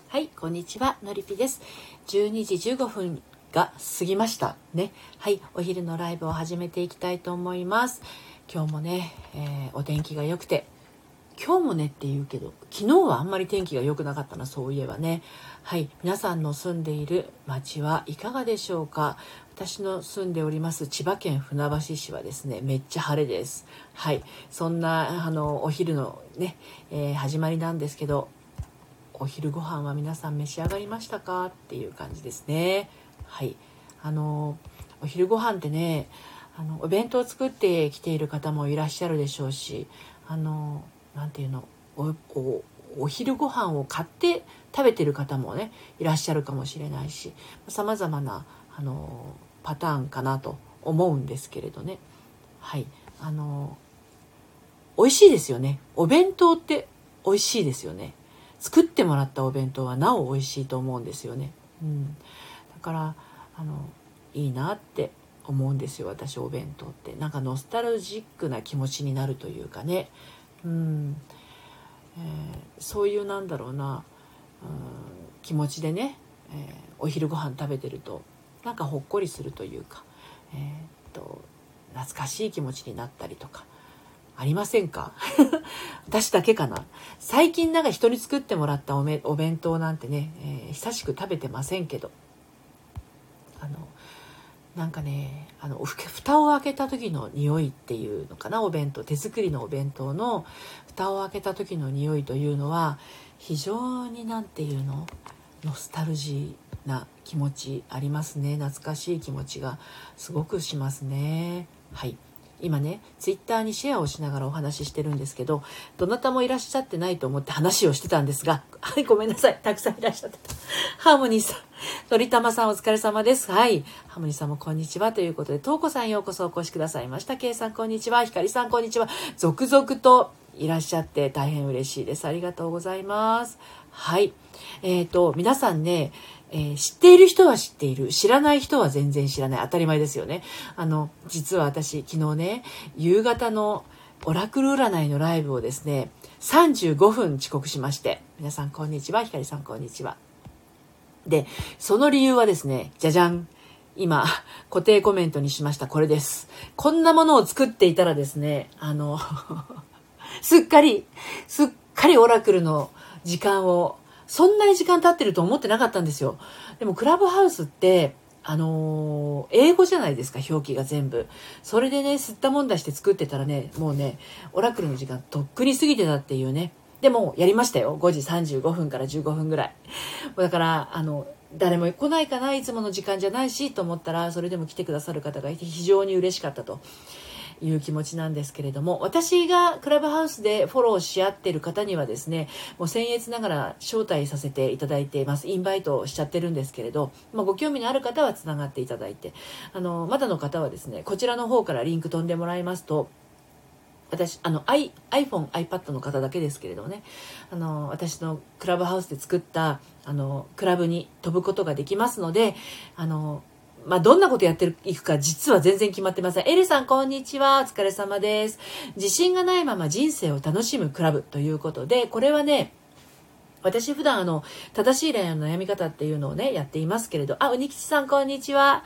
はい、こんにちは、のりぴです。12時15分が過ぎましたね。はい、お昼のライブを始めていきたいと思います。今日もね、お天気が良くて、今日もねって言うけど、昨日はあんまり天気が良くなかったな、そういえばね。はい、皆さんの住んでいる街はいかがでしょうか。私の住んでおります千葉県船橋市はですね、めっちゃ晴れです。はい、そんなお昼のね、始まりなんですけど、お昼ご飯は皆さん召し上がりましたかっていう感じですね。はい、お昼ご飯ってね、お弁当を作ってきている方もいらっしゃるでしょうし、なんていうの、お昼ご飯を買って食べてる方もねいらっしゃるかもしれないし、さまざまなパターンかなと思うんですけれどね。はい、美味しいですよね。お弁当って美味しいですよね。作ってもらったお弁当はなお美味しいと思うんですよね。だからいいなって思うんですよ。私お弁当ってなんかノスタルジックな気持ちになるというかね。そういうなんだろうな、気持ちでね、お昼ご飯食べてるとなんかほっこりするというか、懐かしい気持ちになったりとかありませんか？私だけかな。最近なんか人に作ってもらったお弁当なんてね、久しく食べてませんけど、なんかね、蓋を開けた時の匂いっていうのかな、お弁当、手作りのお弁当の蓋を開けた時の匂いというのは非常になんていうの、ノスタルジーな気持ちありますね。懐かしい気持ちがすごくしますね。はい、今ねツイッターにシェアをしながらお話ししてるんですけど、どなたもいらっしゃってないと思って話をしてたんですが、はい、ごめんなさい、たくさんいらっしゃってた。ハーモニーさん、のりたまさんお疲れ様です。はい、ハーモニーさんもこんにちはということで、とうこさんようこそお越しくださいました。けいさんこんにちは、ひかりさんこんにちは。続々といらっしゃって大変嬉しいです。ありがとうございます。はい、皆さんね、知っている人は知っている、知らない人は全然知らない、当たり前ですよね。実は私昨日ね、夕方のオラクル占いのライブをですね35分遅刻しまして、皆さんこんにちは、ひかりさんこんにちは。でその理由はですね、じゃじゃん、今固定コメントにしました、これです。こんなものを作っていたらですね、すっかりオラクルの時間を、そんなに時間経ってると思ってなかったんですよ。でもクラブハウスって英語じゃないですか、表記が全部。それでね、吸ったもんだして作ってたらね、もうね、オラクルの時間とっくに過ぎてたっていうね。でもやりましたよ、5時35分から15分ぐらい。だから誰も来ないかな、いつもの時間じゃないしと思ったら、それでも来てくださる方がいて非常に嬉しかったという気持ちなんですけれども、私がクラブハウスでフォローし合っている方にはですね、もう僭越ながら招待させていただいています。インバイトしちゃってるんですけれど、ご興味のある方はつながっていただいて、まだの方はですね、こちらの方からリンク飛んでもらいますと、私iPhone、iPad の方だけですけれどもね、私のクラブハウスで作ったクラブに飛ぶことができますので、どんなことやっていくか実は全然決まってません。エルさんこんにちは、お疲れ様です。自信がないまま人生を楽しむクラブということで、これはね、私普段正しい恋愛の悩み方っていうのをねやっていますけれど、うにきちさんこんにちは。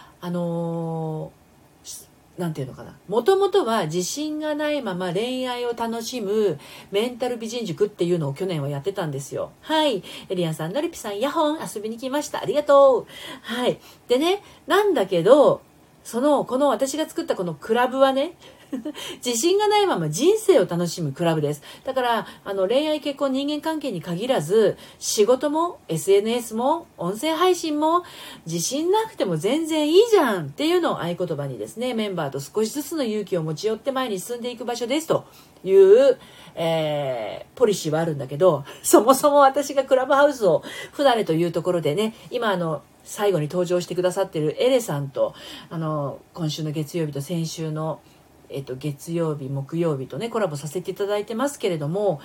なんていうのかな、もともとは自信がないまま恋愛を楽しむメンタル美人塾っていうのを去年はやってたんですよ。はい、エリアンさん、のりぴさん、ヤホン遊びに来ました、ありがとう。はい、でね、なんだけどこの私が作ったこのクラブはね自信がないまま人生を楽しむクラブです。だから恋愛、結婚、人間関係に限らず、仕事も SNS も音声配信も自信なくても全然いいじゃんっていうのを合言葉にですね、メンバーと少しずつの勇気を持ち寄って前に進んでいく場所ですという、ポリシーはあるんだけど、そもそも私がクラブハウスを不慣れというところでね、今最後に登場してくださっているエレさんと今週の月曜日と先週の月曜日木曜日とねコラボさせていただいてますけれども、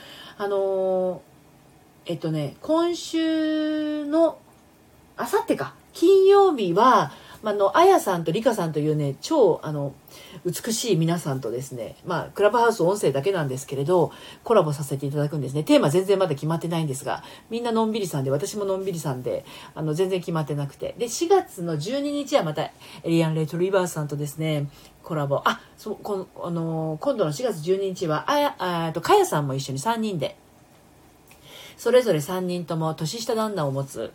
今週のあさってか金曜日はあやさんとりかさんというね、超美しい皆さんとですね、クラブハウス音声だけなんですけれど、コラボさせていただくんですね。テーマ全然まだ決まってないんですが、みんなのんびりさんで、私ものんびりさんで、全然決まってなくて。で、4月の12日はまた、エリアン・レトリバースさんとですね、コラボ。今度の4月12日は、かやさんも一緒に3人で、それぞれ3人とも年下旦那を持つ、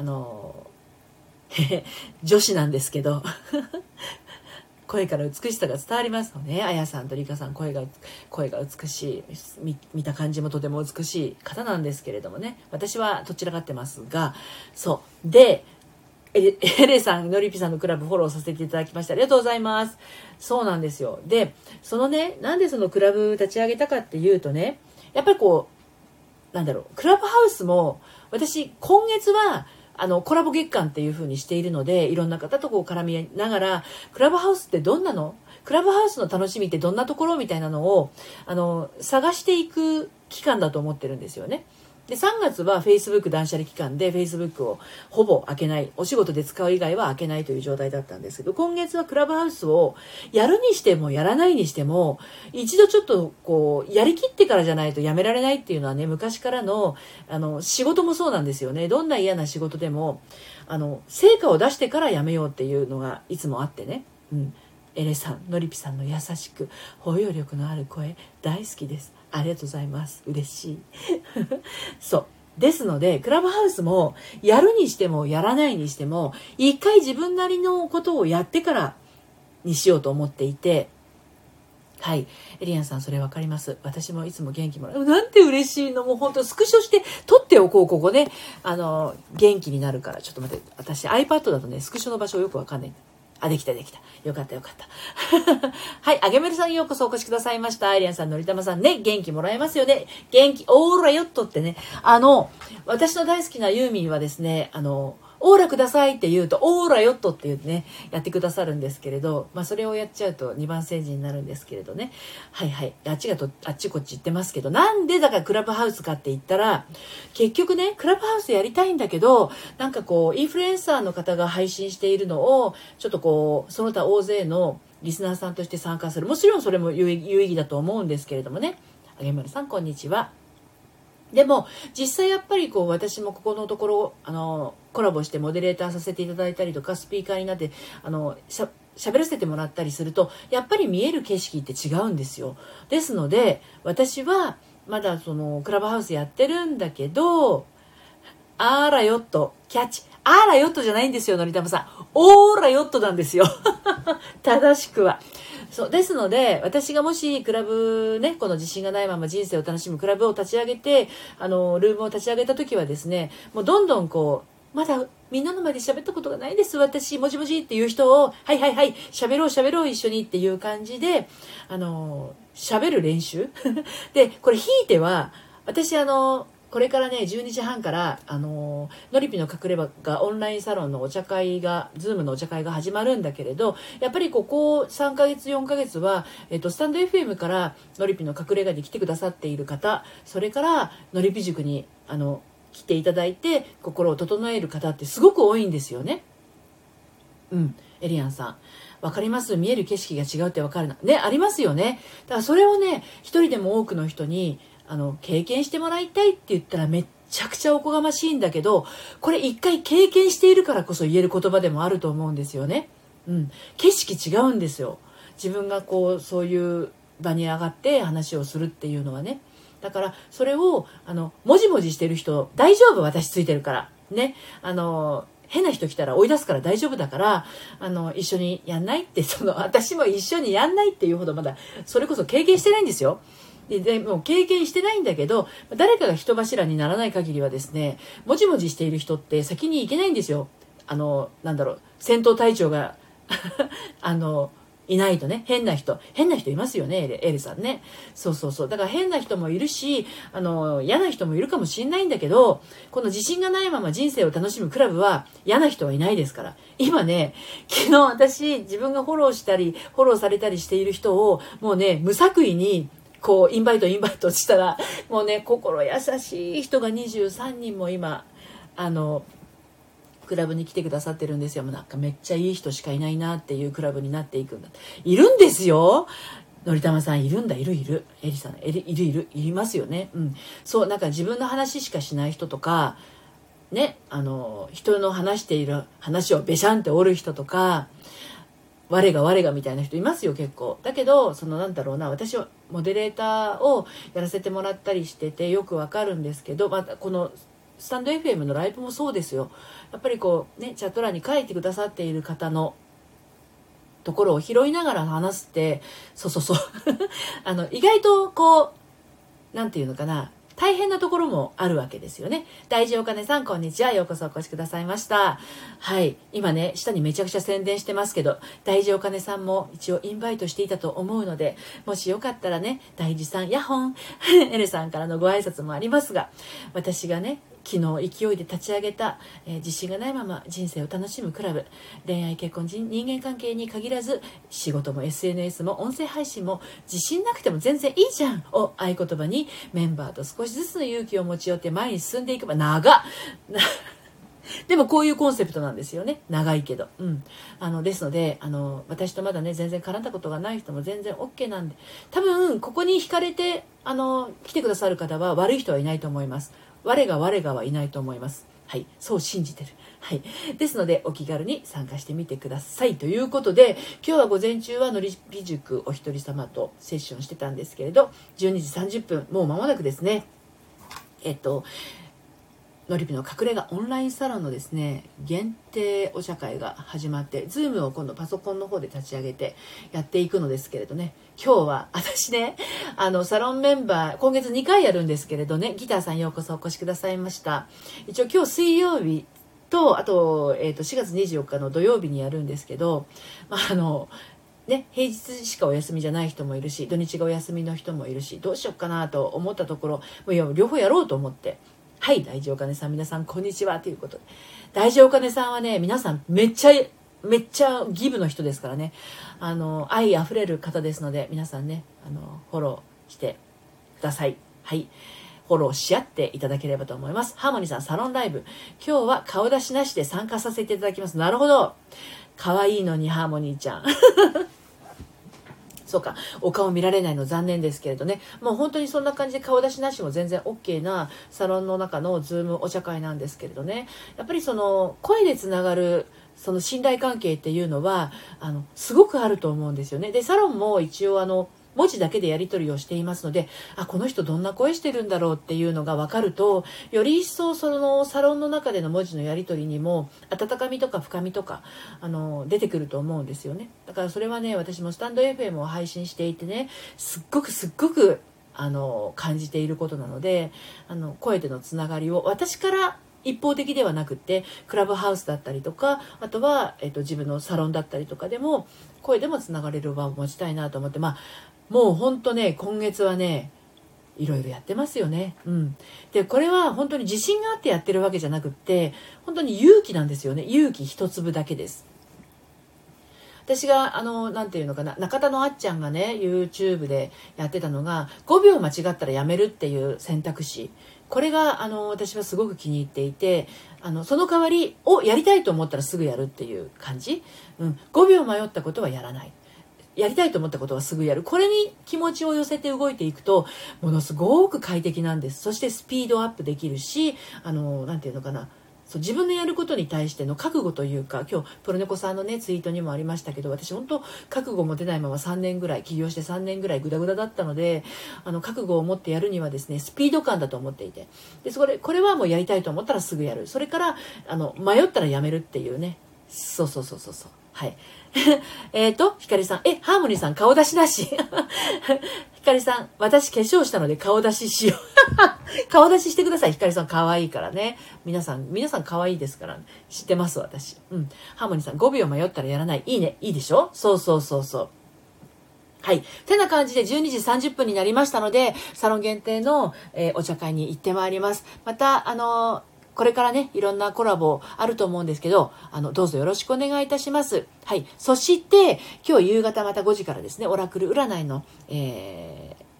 女子なんですけど、声から美しさが伝わりますよね。あやさんとりかさん、声が美しい、見た感じもとても美しい方なんですけれどもね、私はどちらかってますが、そうで、エレさん、のりぴさんのクラブフォローさせていただきました。ありがとうございます。そうなんですよ。で、そのね、なんでそのクラブ立ち上げたかっていうとね、やっぱりこう、クラブハウスも、私、今月は、コラボ月間っていう風にしているので、いろんな方とこう絡みながら、クラブハウスってどんなの？クラブハウスの楽しみってどんなところみたいなのを、探していく期間だと思ってるんですよね。で、3月は Facebook 断捨離期間で Facebook をほぼ開けない、お仕事で使う以外は開けないという状態だったんですけど、今月はクラブハウスをやるにしてもやらないにしても、一度ちょっとこう、やりきってからじゃないとやめられないっていうのはね、昔からの、仕事もそうなんですよね。どんな嫌な仕事でも、成果を出してからやめようっていうのがいつもあってね。エレさん、のりぴさんの優しく包容力のある声大好きです。ありがとうございます。嬉しい。そうですので、クラブハウスもやるにしてもやらないにしても、一回自分なりのことをやってからにしようと思っていて、はい。エリアンさん、それわかります。私もいつも元気もらう。なんて嬉しいの。もう本当スクショして撮っておこう、ここね。元気になるから。ちょっと待って。私 iPad だとね、スクショの場所よくわかんない。できた。よかった。はい。あげめるさん、ようこそお越しくださいました。エリアンさん、のりたまさんね、元気もらえますよね。元気、オーラヨットってね。私の大好きなユーミンはですね、オーラくださいって言うと、オーラヨットって言ってね、やってくださるんですけれど、それをやっちゃうと2番煎じになるんですけれどね。はい。あっちこっち行ってますけど、なんでだからクラブハウスかって言ったら、結局ね、クラブハウスやりたいんだけど、なんかこう、インフルエンサーの方が配信しているのを、ちょっとこう、その他大勢のリスナーさんとして参加する。もちろんそれも有意義だと思うんですけれどもね。あげまるさん、こんにちは。でも実際やっぱりこう私もここのところコラボしてモデレーターさせていただいたりとかスピーカーになって喋らせてもらったりするとやっぱり見える景色って違うんですよ。ですので私はまだそのクラブハウスやってるんだけど、あーらヨットキャッチ、あーらヨットじゃないんですよ、のりたまさん。オーラヨットなんですよ。正しくは。そうですので、私がもしクラブね、この自信がないまま人生を楽しむクラブを立ち上げて、ルームを立ち上げた時はですね、もうどんどんこう、まだみんなの前で喋ったことがないです、私、もじもじっていう人を、はい、喋ろう一緒にっていう感じで、喋る練習で、これひいては、私これからね、12時半から、のりぴの隠れ家がオンラインサロンのお茶会が、ズームのお茶会が始まるんだけれど、やっぱりここ3ヶ月、4ヶ月は、スタンド FM からのりぴの隠れ家に来てくださっている方、それからのりぴ塾に、来ていただいて、心を整える方ってすごく多いんですよね。エリアンさん。わかります？見える景色が違うってわかるな。ね、ありますよね。だからそれをね、一人でも多くの人に、経験してもらいたいって言ったらめっちゃくちゃおこがましいんだけど、これ一回経験しているからこそ言える言葉でもあると思うんですよね。景色違うんですよ。自分がこう、そういう場に上がって話をするっていうのはね。だから、それを、もじもじしてる人、大丈夫、私ついてるから。ね。変な人来たら追い出すから大丈夫だから、一緒にやんないって、私も一緒にやんないっていうほどまだ、それこそ経験してないんですよ。でもう経験してないんだけど、誰かが人柱にならない限りはですね、もじもじしている人って先に行けないんですよ。戦闘隊長がいないとね、変な人いますよね、エレさんね。そう。だから変な人もいるし、嫌な人もいるかもしれないんだけど、この自信がないまま人生を楽しむクラブは嫌な人はいないですから。今ね、昨日私、自分がフォローされたりしている人を、もうね、無作為に、こうインバイトしたらもうね、心優しい人が23人も今クラブに来てくださってるんですよ。もうなんかめっちゃいい人しかいないなっていうクラブになっていくんだ。いるんですよ。のりたまさんいるんだ、いる。エリさん、いりますよね。うん。そう、なんか自分の話しかしない人とか、ね、人の話している話をべしゃんって折る人とか、我がみたいな人いますよ、結構。だけど、なんだろうな、私はモデレーターをやらせてもらったりしててよくわかるんですけど、またこのスタンド FM のライブもそうですよ。やっぱりこうね、チャット欄に書いてくださっている方のところを拾いながら話すって、そう意外とこう、なんていうのかな、大変なところもあるわけですよね。大事お金さん、こんにちは。ようこそお越しくださいました。はい。今ね、下にめちゃくちゃ宣伝してますけど、大事お金さんも一応インバイトしていたと思うので、もしよかったらね、大事さん、ヤッホン、エルさんからのご挨拶もありますが、私がね、昨日勢いで立ち上げた、自信がないまま人生を楽しむクラブ、恋愛結婚人間関係に限らず仕事も SNS も音声配信も自信なくても全然いいじゃんを合言葉にメンバーと少しずつの勇気を持ち寄って前に進んでいけば長っでもこういうコンセプトなんですよね。長いけど。ですので、私とまだね、全然絡んだことがない人も全然 OK なんで、多分、ここに惹かれて、来てくださる方は悪い人はいないと思います。我がはいないと思います。はい。そう信じてる。はい。ですので、お気軽に参加してみてください。ということで、今日は午前中はのりぴ塾お一人様とセッションしてたんですけれど、12時30分、もう間もなくですね、のりぴの隠れ家オンラインサロンのですね、限定お茶会が始まって、ズームを今度パソコンの方で立ち上げてやっていくのですけれどね、今日は私ね、サロンメンバー、今月2回やるんですけれどね、ギターさんようこそお越しくださいました。一応今日水曜日と、あと、4月24日の土曜日にやるんですけど、ね、平日しかお休みじゃない人もいるし、土日がお休みの人もいるし、どうしようかなと思ったところ、もう両方やろうと思って、はい、大事お金さん、皆さんこんにちはということで、大事お金さんはね、皆さんめっちゃギブの人ですからね、愛あふれる方ですので、皆さんね、フォローしてください。はい、フォローし合っていただければと思います。ハーモニーさん、サロンライブ、今日は顔出しなしで参加させていただきます。なるほど、可愛いのにハーモニーちゃんそうか、お顔見られないの残念ですけれどね、もう本当にそんな感じで顔出しなしも全然 OK なサロンの中のズームお茶会なんですけれどね、やっぱり声でつながるその信頼関係っていうのはすごくあると思うんですよね。で、サロンも一応文字だけでやり取りをしていますので、この人どんな声してるんだろうっていうのが分かると、より一層そのサロンの中での文字のやり取りにも温かみとか深みとか出てくると思うんですよね。だからそれはね、私もスタンド FM を配信していてね、すっごく感じていることなので、声でのつながりを私から一方的ではなくって、クラブハウスだったりとか、あとは、自分のサロンだったりとかでも声でもつながれる場を持ちたいなと思って、もう本当ね、今月はね、いろいろやってますよね。で、これは本当に自信があってやってるわけじゃなくって、本当に勇気なんですよね。勇気一粒だけです。私がなんていうのかな、中田のあっちゃんがね YouTube でやってたのが、5秒間違ったらやめるっていう選択肢、これが私はすごく気に入っていて、その代わりをやりたいと思ったらすぐやるっていう感じ、5秒迷ったことはやらない、やりたいと思ったことはすぐやる、これに気持ちを寄せて動いていくとものすごく快適なんです。そしてスピードアップできるし、なんていうのかな、そう、自分のやることに対しての覚悟というか、今日プロネコさんのねツイートにもありましたけど、私本当覚悟持てないまま3年ぐらい起業して3年ぐらいグダグダだったので、覚悟を持ってやるにはですね、スピード感だと思っていて、でこれはもうやりたいと思ったらすぐやる、それから迷ったらやめるっていうね、そうはい。ひかりさん、ハーモニーさん顔出しなし。ひかりさん、私化粧したので顔出ししよう。顔出ししてください。ひかりさん可愛いからね。皆さん可愛いですから、知ってます私。ハーモニーさん、5秒迷ったらやらない。いいね。いいでしょ？そう。はい。てな感じで12時30分になりましたので、サロン限定の、お茶会に行ってまいります。また、これからね、いろんなコラボあると思うんですけど、どうぞよろしくお願いいたします。はい。そして、今日夕方また5時からですね、オラクル占いの、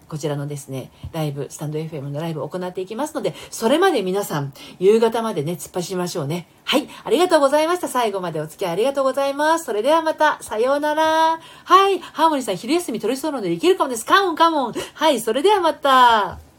こちらのですね、ライブ、スタンド FM のライブを行っていきますので、それまで皆さん、夕方までね、突っ走りましょうね。はい、ありがとうございました。最後までお付き合いありがとうございます。それではまた、さようなら。はい、ハーモニーさん、昼休み取れそうなのでいけるかもです。カモンカモン。はい、それではまた。